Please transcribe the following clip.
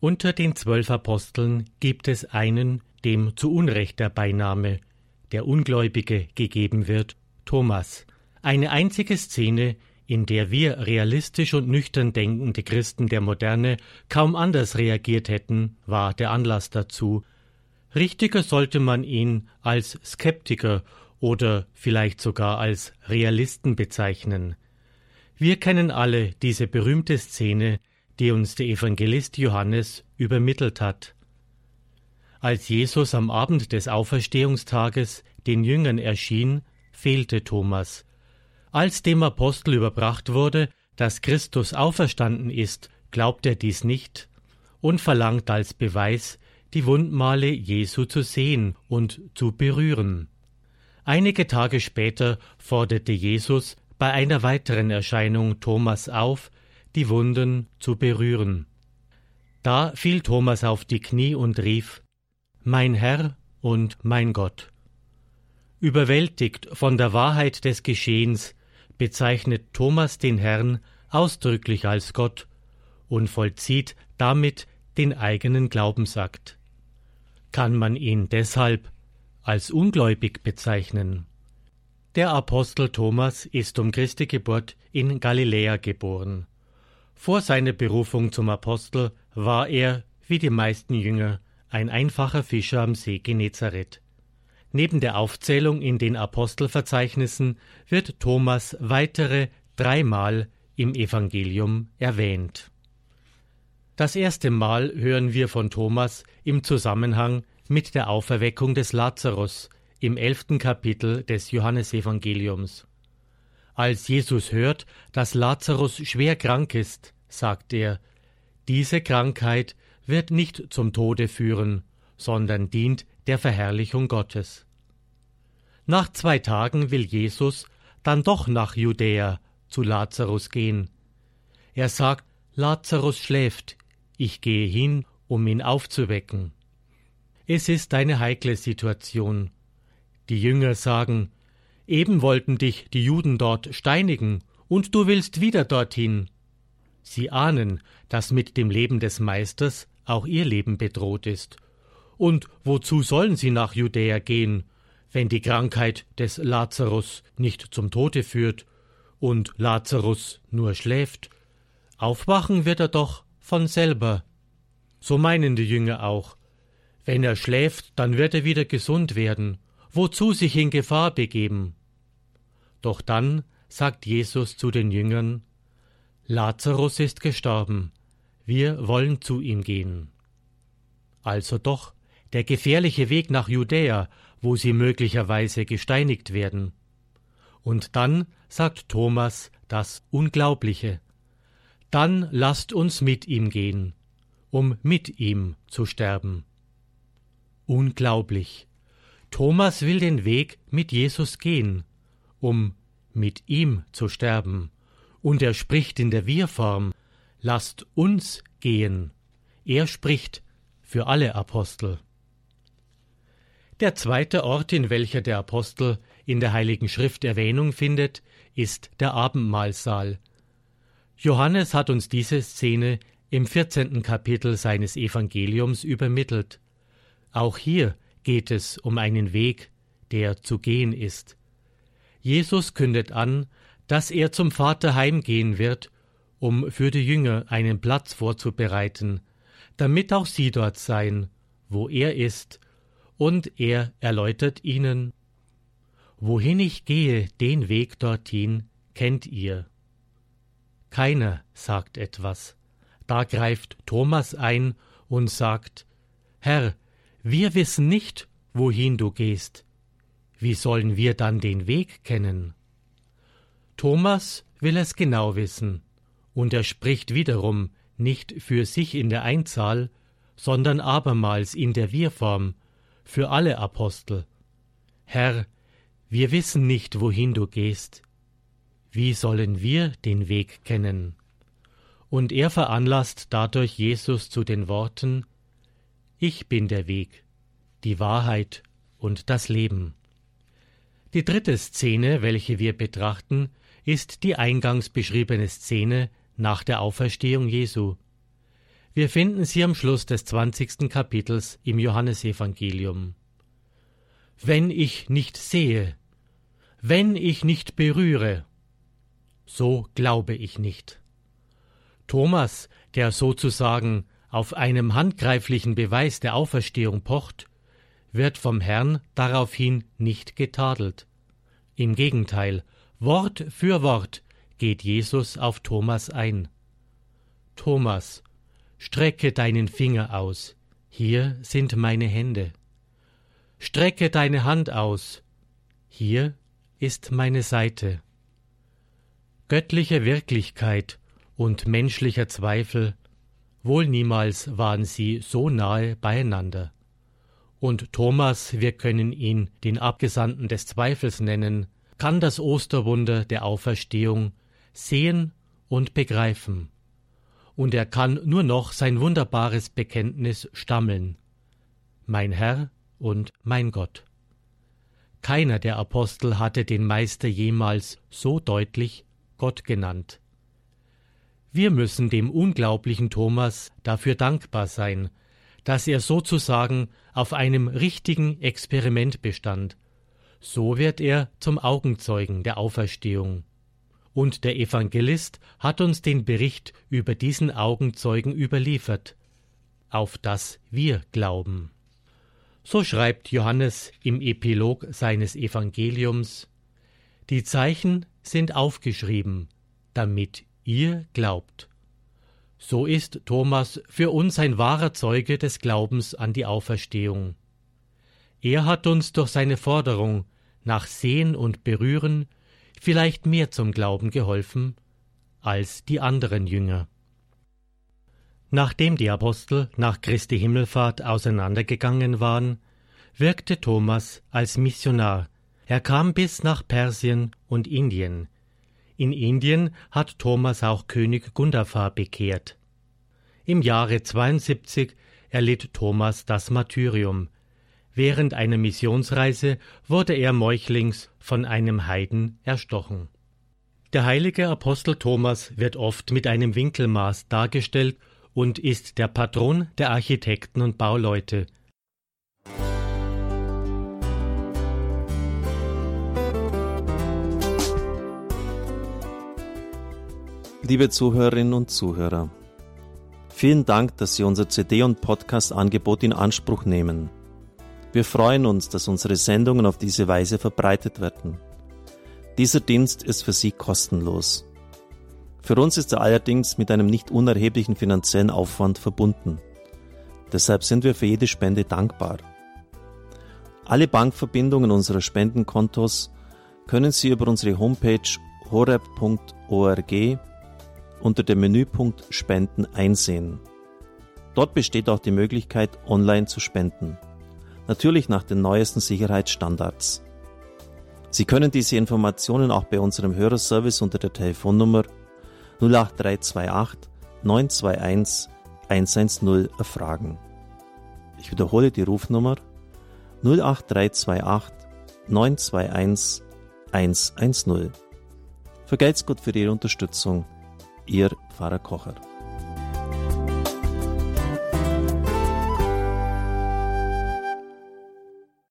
Unter den 12 Aposteln gibt es einen, dem zu Unrecht der Beiname der Ungläubige gegeben wird, Thomas. Eine einzige Szene, in der wir realistisch und nüchtern denkende Christen der Moderne kaum anders reagiert hätten, war der Anlass dazu. Richtiger sollte man ihn als Skeptiker oder vielleicht sogar als Realisten bezeichnen. Wir kennen alle diese berühmte Szene, die uns der Evangelist Johannes übermittelt hat. Als Jesus am Abend des Auferstehungstages den Jüngern erschien, fehlte Thomas. Als dem Apostel überbracht wurde, dass Christus auferstanden ist, glaubt er dies nicht und verlangt als Beweis, die Wundmale Jesu zu sehen und zu berühren. Einige Tage später forderte Jesus bei einer weiteren Erscheinung Thomas auf, die Wunden zu berühren. Da fiel Thomas auf die Knie und rief: »Mein Herr und mein Gott!« Überwältigt von der Wahrheit des Geschehens bezeichnet Thomas den Herrn ausdrücklich als Gott und vollzieht damit den eigenen Glaubensakt. Kann man ihn deshalb als ungläubig bezeichnen? Der Apostel Thomas ist um Christi Geburt in Galiläa geboren. Vor seiner Berufung zum Apostel war er, wie die meisten Jünger, ein einfacher Fischer am See Genezareth. Neben der Aufzählung in den Apostelverzeichnissen wird Thomas weitere 3 Mal im Evangelium erwähnt. Das erste Mal hören wir von Thomas im Zusammenhang mit der Auferweckung des Lazarus im 11. Kapitel des Johannesevangeliums. Als Jesus hört, dass Lazarus schwer krank ist, sagt er: Diese Krankheit wird nicht zum Tode führen, sondern dient der Verherrlichung Gottes. Nach 2 Tagen will Jesus dann doch nach Judäa zu Lazarus gehen. Er sagt: Lazarus schläft, ich gehe hin, um ihn aufzuwecken. Es ist eine heikle Situation. Die Jünger sagen: Eben wollten dich die Juden dort steinigen, und du willst wieder dorthin. Sie ahnen, dass mit dem Leben des Meisters auch ihr Leben bedroht ist. Und wozu sollen sie nach Judäa gehen, wenn die Krankheit des Lazarus nicht zum Tode führt und Lazarus nur schläft? Aufwachen wird er doch von selber. So meinen die Jünger auch. Wenn er schläft, dann wird er wieder gesund werden. Wozu sich in Gefahr begeben? Doch dann sagt Jesus zu den Jüngern: Lazarus ist gestorben, wir wollen zu ihm gehen. Also doch der gefährliche Weg nach Judäa, wo sie möglicherweise gesteinigt werden. Und dann sagt Thomas das Unglaubliche: Dann lasst uns mit ihm gehen, um mit ihm zu sterben. Unglaublich! Thomas will den Weg mit Jesus gehen, um mit ihm zu sterben. Und er spricht in der Wir-Form: Lasst uns gehen. Er spricht für alle Apostel. Der zweite Ort, in welcher der Apostel in der Heiligen Schrift Erwähnung findet, ist der Abendmahlsaal. Johannes hat uns diese Szene im 14. Kapitel seines Evangeliums übermittelt. Auch hier geht es um einen Weg, der zu gehen ist. Jesus kündet an, dass er zum Vater heimgehen wird, um für die Jünger einen Platz vorzubereiten, damit auch sie dort seien, wo er ist, und er erläutert ihnen: Wohin ich gehe, den Weg dorthin kennt ihr. Keiner sagt etwas. Da greift Thomas ein und sagt: Herr, wir wissen nicht, wohin du gehst. Wie sollen wir dann den Weg kennen? Thomas will es genau wissen, und er spricht wiederum nicht für sich in der Einzahl, sondern abermals in der Wir-Form für alle Apostel. Herr, wir wissen nicht, wohin du gehst. Wie sollen wir den Weg kennen? Und er veranlasst dadurch Jesus zu den Worten: Ich bin der Weg, die Wahrheit und das Leben. Die dritte Szene, welche wir betrachten, ist die eingangs beschriebene Szene nach der Auferstehung Jesu. Wir finden sie am Schluss des 20. Kapitels im Johannesevangelium. Wenn ich nicht sehe, wenn ich nicht berühre, so glaube ich nicht. Thomas, der sozusagen auf einem handgreiflichen Beweis der Auferstehung pocht, wird vom Herrn daraufhin nicht getadelt. Im Gegenteil, Wort für Wort geht Jesus auf Thomas ein. Thomas, strecke deinen Finger aus, hier sind meine Hände. Strecke deine Hand aus, hier ist meine Seite. Göttliche Wirklichkeit und menschlicher Zweifel, wohl niemals waren sie so nahe beieinander. Und Thomas, wir können ihn den Abgesandten des Zweifels nennen, kann das Osterwunder der Auferstehung sehen und begreifen. Und er kann nur noch sein wunderbares Bekenntnis stammeln: Mein Herr und mein Gott. Keiner der Apostel hatte den Meister jemals so deutlich Gott genannt. Wir müssen dem unglaublichen Thomas dafür dankbar sein, dass er sozusagen auf einem richtigen Experiment bestand. So wird er zum Augenzeugen der Auferstehung. Und der Evangelist hat uns den Bericht über diesen Augenzeugen überliefert, auf das wir glauben. So schreibt Johannes im Epilog seines Evangeliums: Die Zeichen sind aufgeschrieben, damit ihr glaubt. So ist Thomas für uns ein wahrer Zeuge des Glaubens an die Auferstehung. Er hat uns durch seine Forderung nach Sehen und Berühren vielleicht mehr zum Glauben geholfen als die anderen Jünger. Nachdem die Apostel nach Christi Himmelfahrt auseinandergegangen waren, wirkte Thomas als Missionar. Er kam bis nach Persien und Indien. In Indien hat Thomas auch König Gundafar bekehrt. Im Jahre 72 erlitt Thomas das Martyrium. Während einer Missionsreise wurde er meuchlings von einem Heiden erstochen. Der heilige Apostel Thomas wird oft mit einem Winkelmaß dargestellt und ist der Patron der Architekten und Bauleute. Liebe Zuhörerinnen und Zuhörer, vielen Dank, dass Sie unser CD- und Podcast-Angebot in Anspruch nehmen. Wir freuen uns, dass unsere Sendungen auf diese Weise verbreitet werden. Dieser Dienst ist für Sie kostenlos. Für uns ist er allerdings mit einem nicht unerheblichen finanziellen Aufwand verbunden. Deshalb sind wir für jede Spende dankbar. Alle Bankverbindungen unserer Spendenkontos können Sie über unsere Homepage horeb.org unter dem Menüpunkt Spenden einsehen. Dort besteht auch die Möglichkeit, online zu spenden. Natürlich nach den neuesten Sicherheitsstandards. Sie können diese Informationen auch bei unserem Hörerservice unter der Telefonnummer 08328 921 110 erfragen. Ich wiederhole die Rufnummer 08328 921 110. Vergelt's Gott für Ihre Unterstützung. Ihr Pfarrer Kocher.